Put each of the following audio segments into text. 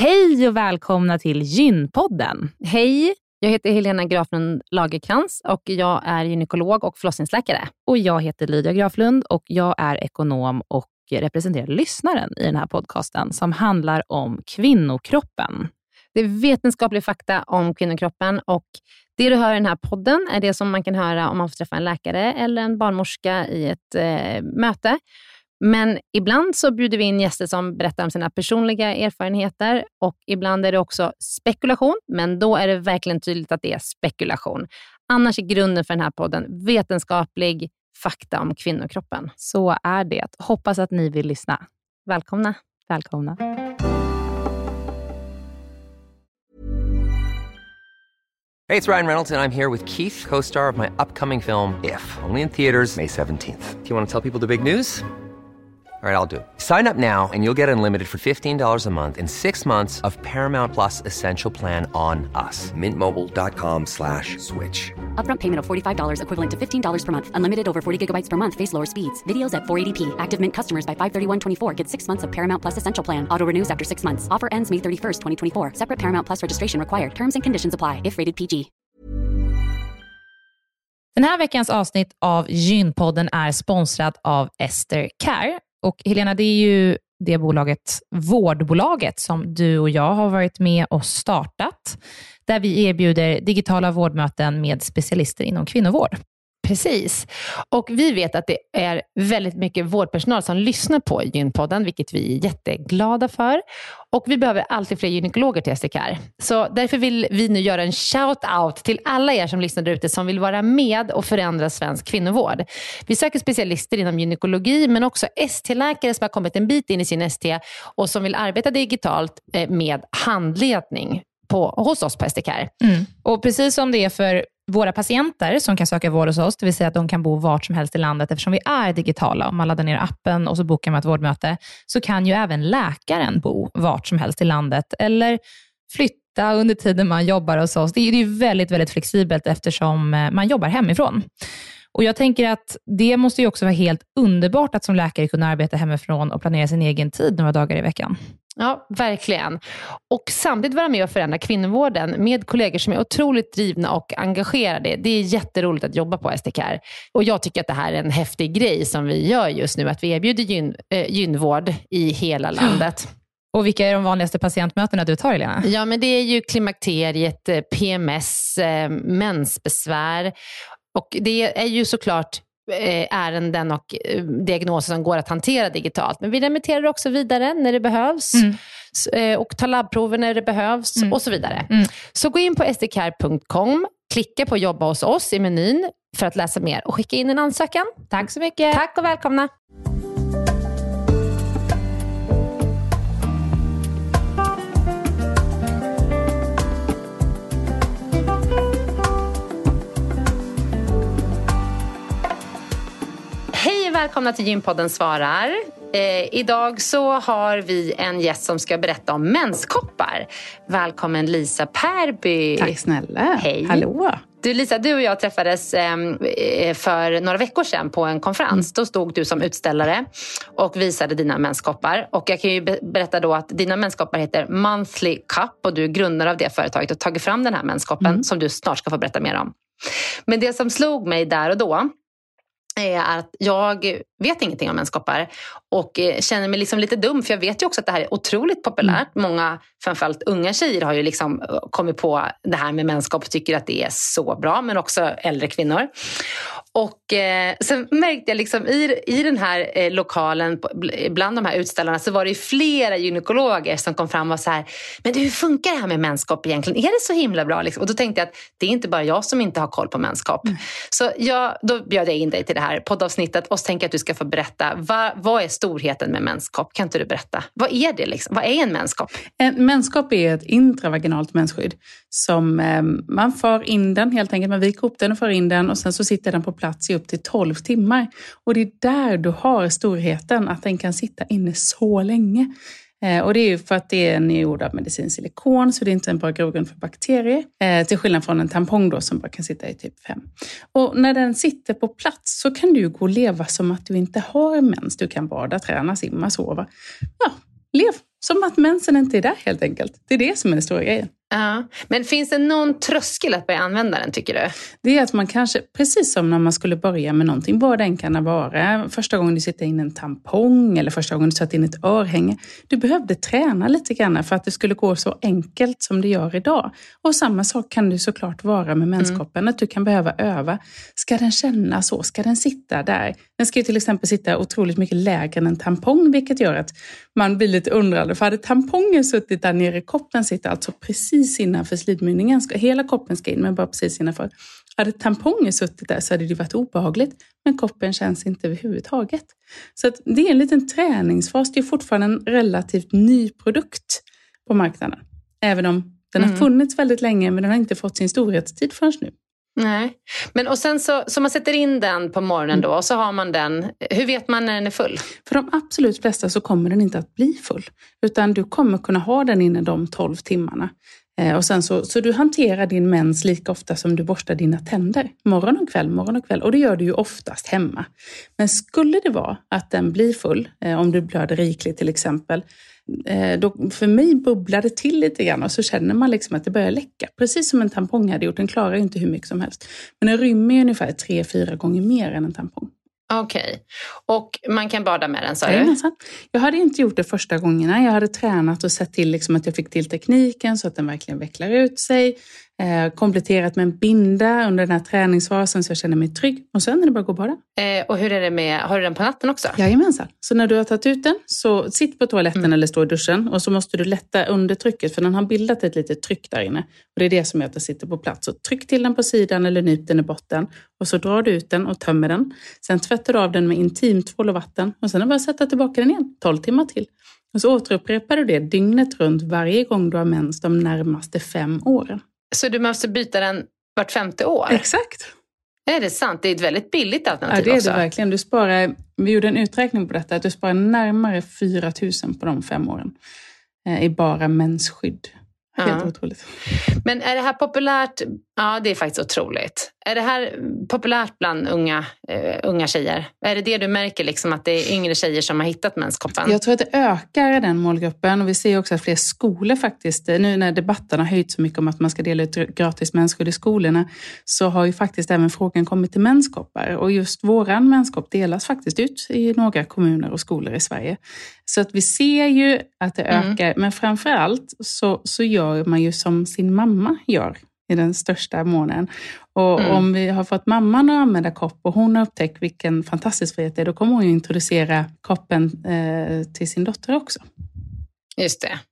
Hej och välkomna till Gynpodden. Hej, jag heter Helena Graflund Lagerkrans och jag är gynekolog och förlossningsläkare. Och jag heter Lydia Graflund och jag är ekonom och representerar lyssnaren i den här podcasten som handlar om kvinnokroppen. Det är vetenskaplig fakta om kvinnokroppen och det du hör i den här podden är det som man kan höra om man får träffa en läkare eller en barnmorska i ett möte. Men ibland så bjuder vi in gäster som berättar om sina personliga erfarenheter och ibland är det också spekulation, men då är det verkligen tydligt att det är spekulation. Annars är grunden för den här podden vetenskaplig fakta om kvinnokroppen. Så är det. Hoppas att ni vill lyssna. Välkomna. Välkomna. Hey, it's Ryan Reynolds, and I'm here with Keith, co-star of my upcoming film, If, only in theaters May 17th. Do you want to tell people the big news? All right, I'll do it. Sign up now and you'll get unlimited for $15 a month and 6 months of Paramount Plus Essential Plan on us. MintMobile.com/switch. Upfront payment of $45 equivalent to $15 per month. Unlimited over 40 gigabytes per month. Face lower speeds. Videos at 480p. Active Mint customers by 531.24 get 6 months of Paramount Plus Essential Plan. Auto renews after 6 months. Offer ends May 31st, 2024. Separate Paramount Plus registration required. Terms and conditions apply if rated PG. Den här veckans avsnitt av Gynpodden är sponsrad av Ester Care. Och Helena, det är ju det vårdbolaget som du och jag har varit med och startat. Där vi erbjuder digitala vårdmöten med specialister inom kvinnovård. Precis. Och vi vet att det är väldigt mycket vårdpersonal som lyssnar på Gynpodden, vilket vi är jätteglada för. Och vi behöver alltid fler gynekologer till STK. Så därför vill vi nu göra en shout-out till alla er som lyssnar där ute som vill vara med och förändra svensk kvinnovård. Vi söker specialister inom gynekologi men också ST-läkare som har kommit en bit in i sin ST och som vill arbeta digitalt med handledning hos oss på STK. Och precis som det är för våra patienter som kan söka vård hos oss, det vill säga att de kan bo vart som helst i landet eftersom vi är digitala. Om man laddar ner appen och så bokar man ett vårdmöte så kan ju även läkaren bo vart som helst i landet eller flytta under tiden man jobbar hos oss. Det är ju väldigt, väldigt flexibelt eftersom man jobbar hemifrån. Och jag tänker att det måste ju också vara helt underbart att som läkare kunna arbeta hemifrån och planera sin egen tid några dagar i veckan. Ja, verkligen. Och samtidigt vara med och förändra kvinnovården med kollegor som är otroligt drivna och engagerade. Det är jätteroligt att jobba på STK. Och jag tycker att det här är en häftig grej som vi gör just nu. Att vi erbjuder gynvård i hela landet. Och vilka är de vanligaste patientmötena du tar, Helena? Ja, men det är ju klimakteriet, PMS, mensbesvär. Och det är ju såklart ärenden och diagnoser som går att hantera digitalt. Men vi remitterar också vidare när det behövs. Och tar labbprover när det behövs och så vidare. Så gå in på stkare.com, klicka på jobba hos oss i menyn för att läsa mer och skicka in en ansökan. Tack så mycket. Tack och välkomna. Välkomna till Gynpodden svarar. Idag så har vi en gäst som ska berätta om menskoppar. Välkommen Lisa Perby. Tack snälla. Hej. Hallå. Du Lisa, du och jag träffades för några veckor sedan på en konferens. Då stod du som utställare och visade dina menskoppar. Och jag kan ju berätta då att dina menskoppar heter Monthly Cup och du är grundare av det företaget och tagit fram den här menskoppen som du snart ska få berätta mer om. Men det som slog mig där och då är att jag vet ingenting om menskoppar och känner mig liksom lite dum, för jag vet ju också att det här är otroligt populärt. Många, framförallt unga tjejer, har ju liksom kommit på det här med menskopp och tycker att det är så bra, men också äldre kvinnor. Och så märkte jag liksom i den här lokalen, bland de här utställarna, så var det ju flera gynekologer som kom fram och så här: men hur funkar det här med menskopp egentligen? Är det så himla bra? Liksom? Och då tänkte jag att det är inte bara jag som inte har koll på menskopp. Så då bjöd jag in dig till det här poddavsnittet och så tänker jag att du ska få berätta, vad är storheten med menskopp? Kan inte du berätta? Vad är det liksom? Vad är en menskopp? En menskopp är ett intravaginalt mensskydd som man för in den helt enkelt. Man viker upp den och för in den och sen så sitter den på plats i upp till 12 timmar. Och det är där du har storheten, att den kan sitta inne så länge. Och det är ju för att det är en gjord av medicinsilikon, så det är inte en bra grogrund för bakterier. Till skillnad från en tampong då som bara kan sitta i typ 5. Och när den sitter på plats så kan du gå och leva som att du inte har mens. Du kan bada, träna, simma, sova. Ja, lev som att mensen inte är där helt enkelt. Det är det som är den stora grejen. Ja. Men finns det någon tröskel att börja använda den, tycker du? Det är att man kanske, precis som när man skulle börja med någonting, vad den kan vara, första gången du sätter in en tampong eller första gången du sätter in ett örhänge. Du behövde träna lite grann för att det skulle gå så enkelt som det gör idag. Och samma sak kan det såklart vara med menskoppen, att du kan behöva öva. Ska den känna så? Ska den sitta där? Den ska ju till exempel sitta otroligt mycket lägre än en tampong, vilket gör att man blir lite undrande. För hade tampongen suttit där nere, koppen sitter alltså precis innanför slidmynningen. Hela koppen ska in, men bara precis innanför. Hade tampongen suttit där så hade det varit obehagligt, men koppen känns inte överhuvudtaget. Så att det är en liten träningsfas. Det är fortfarande en relativt ny produkt på marknaden. Även om den har funnits väldigt länge, men den har inte fått sin storhetstid förrän nu. Nej, men och sen så man sätter in den på morgonen då och så har man den. Hur vet man när den är full? För de absolut flesta så kommer den inte att bli full. Utan du kommer kunna ha den inne de 12 timmarna. Och sen så du hanterar din mens lika ofta som du borstar dina tänder. Morgon och kväll. Och det gör du ju oftast hemma. Men skulle det vara att den blir full, om du blöder rikligt till exempel, då för mig bubblar det till lite grann och så känner man liksom att det börjar läcka. Precis som en tampong hade gjort, den klarar inte hur mycket som helst. Men den rymmer ju ungefär 3-4 gånger mer än en tampong. Okej. Och man kan bada med den, sa du? Jajamensan. Jag hade inte gjort det första gångerna. Jag hade tränat och sett till liksom att jag fick till tekniken så att den verkligen vecklar ut sig. Kompletterat med en binda under den här träningsfasen så jag känner mig trygg. Och sen är det bara att gå och bada. Och hur är det med, har du den på natten också? Jajamensan. Så när du har tagit ut den så sitt på toaletten eller stå i duschen. Och så måste du lätta under trycket för den har bildat ett litet tryck där inne. Och det är det som gör att den sitter på plats. Så tryck till den på sidan eller nyp den i botten. Och så drar du ut den och tömmer den. Sen tvättar du av den med intimtvål och vatten. Och sen är det bara att sätta tillbaka den igen. 12 timmar till. Och så återupprepar du det dygnet runt varje gång du har mens de närmaste 5 åren. Så du måste byta den vart 5:e år? Exakt. Är det sant? Det är ett väldigt billigt alternativ också. Ja, det är det verkligen. Du sparar, vi gjorde en uträkning på detta, att du sparar närmare 4 000 på de 5 åren i bara mensskydd. Helt otroligt. Men är det här populärt? Ja, det är faktiskt otroligt. Är det här populärt bland unga tjejer? Är det du märker liksom, att det är yngre tjejer som har hittat menskoppen? Jag tror att det ökar den målgruppen och vi ser också att fler skolor faktiskt, nu när debatten har höjt så mycket om att man ska dela ut gratis mensskydd i skolorna, så har ju faktiskt även frågan kommit till menskoppar. Och just våran menskopp delas faktiskt ut i några kommuner och skolor i Sverige. Så att vi ser ju att det ökar, men framförallt så gör man ju som sin mamma gör i den största månaden. Och om vi har fått mamman att använda kopp och hon har upptäckt vilken fantastisk frihet det är, då kommer hon ju introducera koppen till sin dotter också. Just det.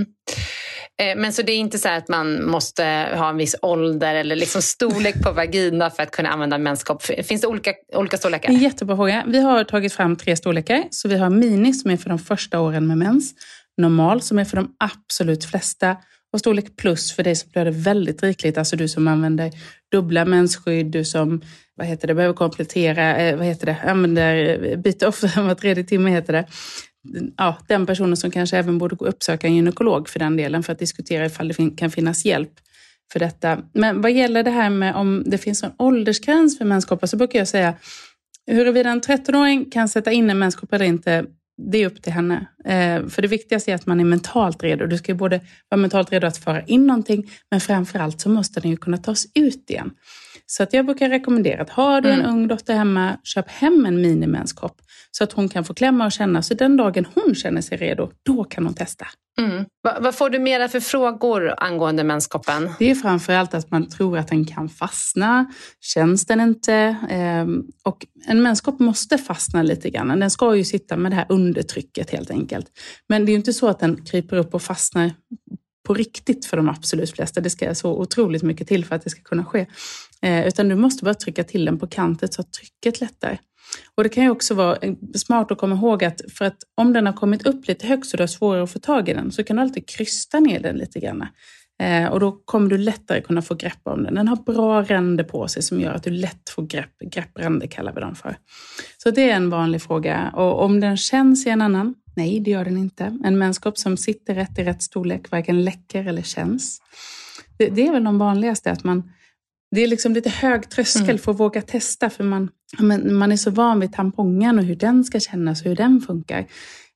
Men så det är inte så att man måste ha en viss ålder eller liksom storlek på vagina för att kunna använda menskopp? Finns det olika storlekar? En jättebra fråga. Vi har tagit fram 3 storlekar. Så vi har mini som är för de första åren med mens. Normal som är för de absolut flesta. Och storlek plus för dig som blöder väldigt rikligt. Alltså du som använder dubbla mensskydd. Du som behöver komplettera. Använder byta ofta var 3:e timme heter det. Ja, den personen som kanske även borde uppsöka en gynekolog för den delen. För att diskutera ifall det kan finnas hjälp för detta. Men vad gäller det här med om det finns en åldersgräns för menskoppar, så brukar jag säga huruvida en 13-åring kan sätta in en menskopp eller inte, det är upp till henne. För det viktigaste är att man är mentalt redo. Du ska ju både vara mentalt redo att föra in någonting, men framförallt så måste den ju kunna tas ut igen. Så att jag brukar rekommendera att har du en ung dotter hemma, köp hem en minimenskopp så att hon kan få klämma och känna. Så den dagen hon känner sig redo, då kan hon testa. Vad får du mera för frågor angående menskoppen? Det är framförallt att man tror att den kan fastna. Känns den inte? Och en menskopp måste fastna lite grann. Den ska ju sitta med det här undertrycket helt enkelt. Men det är ju inte så att den kryper upp och fastnar på riktigt för de absolut flesta. Det ska så otroligt mycket till för att det ska kunna ske. Utan du måste bara trycka till den på kanten så att trycket lättar. Och det kan ju också vara smart att komma ihåg att för att om den har kommit upp lite högt så du har svårare att få tag i den, så kan du alltid krysta ner den lite grann. Och då kommer du lättare kunna få grepp om den. Den har bra ränder på sig som gör att du lätt får greppränder kallar vi dem för. Så det är en vanlig fråga. Och om den känns i en annan? Nej, det gör den inte. En menskopp som sitter rätt i rätt storlek varken läcker eller känns. Det är väl de vanligaste att det är liksom lite hög tröskel för att våga testa. För man är så van vid tampongen och hur den ska kännas och hur den funkar.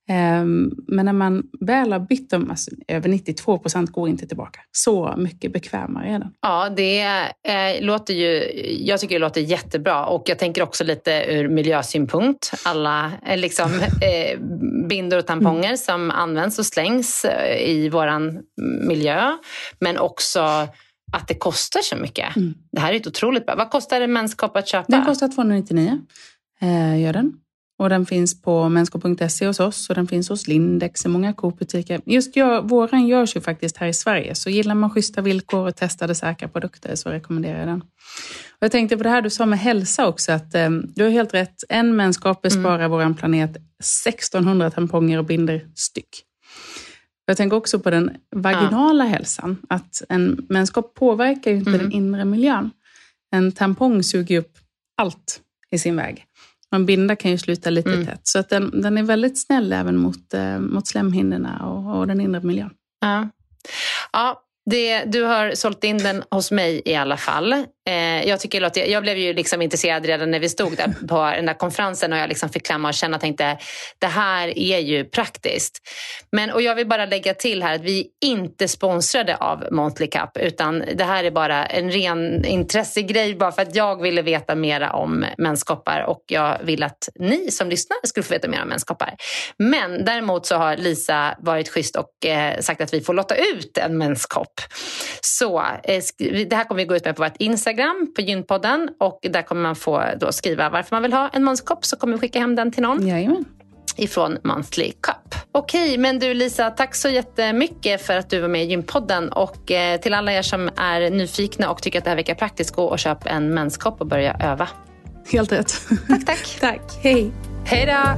Men när man väl har bytt dem, alltså, över 92% går inte tillbaka. Så mycket bekvämare är den. Ja, det låter ju, jag tycker det låter jättebra. Och jag tänker också lite ur miljösynpunkt. Alla liksom, bindor och tamponger som används och slängs i våran miljö. Men också att det kostar så mycket. Det här är ett otroligt bra. Vad kostar en menskopp att köpa? Den kostar 299, gör den. Och den finns på menskopp.se hos oss och den finns hos Lindex i många Coop-butiker. Just våran görs ju faktiskt här i Sverige. Så gillar man schyssta villkor och testade säkra produkter så rekommenderar jag den. Och jag tänkte på det här du sa med hälsa också, att du har helt rätt. En menskopp besparar våran planet 1600 tamponger och binder styck. Jag tänker också på den vaginala hälsan. Att en menskopp påverkar ju inte den inre miljön. En tampong suger upp allt i sin väg. En binda kan ju sluta lite tätt. Så att den är väldigt snäll även mot slemhinnorna och den inre miljön. Ja, du har sålt in den hos mig i alla fall. Jag blev ju liksom intresserad redan när vi stod där på den där konferensen och jag liksom fick klämma och känna och tänkte, det här är ju praktiskt. Och jag vill bara lägga till här att vi inte sponsrade av Monthly Cup, utan det här är bara en ren intressegrej bara för att jag ville veta mera om menskoppar och jag vill att ni som lyssnar skulle få veta mer om menskoppar. Men däremot så har Lisa varit schysst och sagt att vi får lotta ut en menskopp. Så det här kommer vi gå ut med på vårt Instagram, på Gynpodden, och där kommer man få då skriva varför man vill ha en menskopp, så kommer vi skicka hem den till någon. Jajamän. Ifrån Monthly Cup. Okej, men du Lisa, tack så jättemycket för att du var med i Gynpodden, och till alla er som är nyfikna och tycker att det här verkar praktiskt, gå och köp en menskopp och börja öva. Helt rätt. Tack. Tack, hej. Hej då.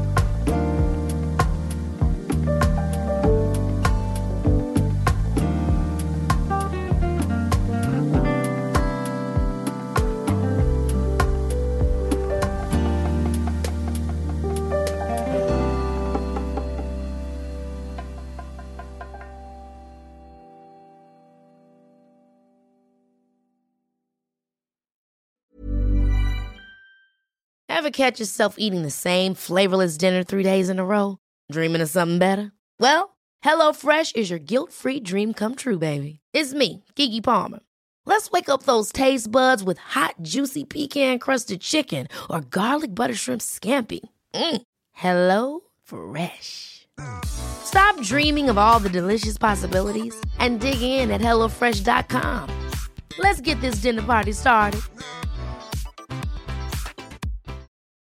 Ever catch yourself eating the same flavorless dinner 3 days in a row? Dreaming of something better? Well, HelloFresh is your guilt-free dream come true, baby. It's me, Keke Palmer. Let's wake up those taste buds with hot, juicy pecan-crusted chicken or garlic butter shrimp scampi. Hello Fresh. Stop dreaming of all the delicious possibilities and dig in at HelloFresh.com. Let's get this dinner party started.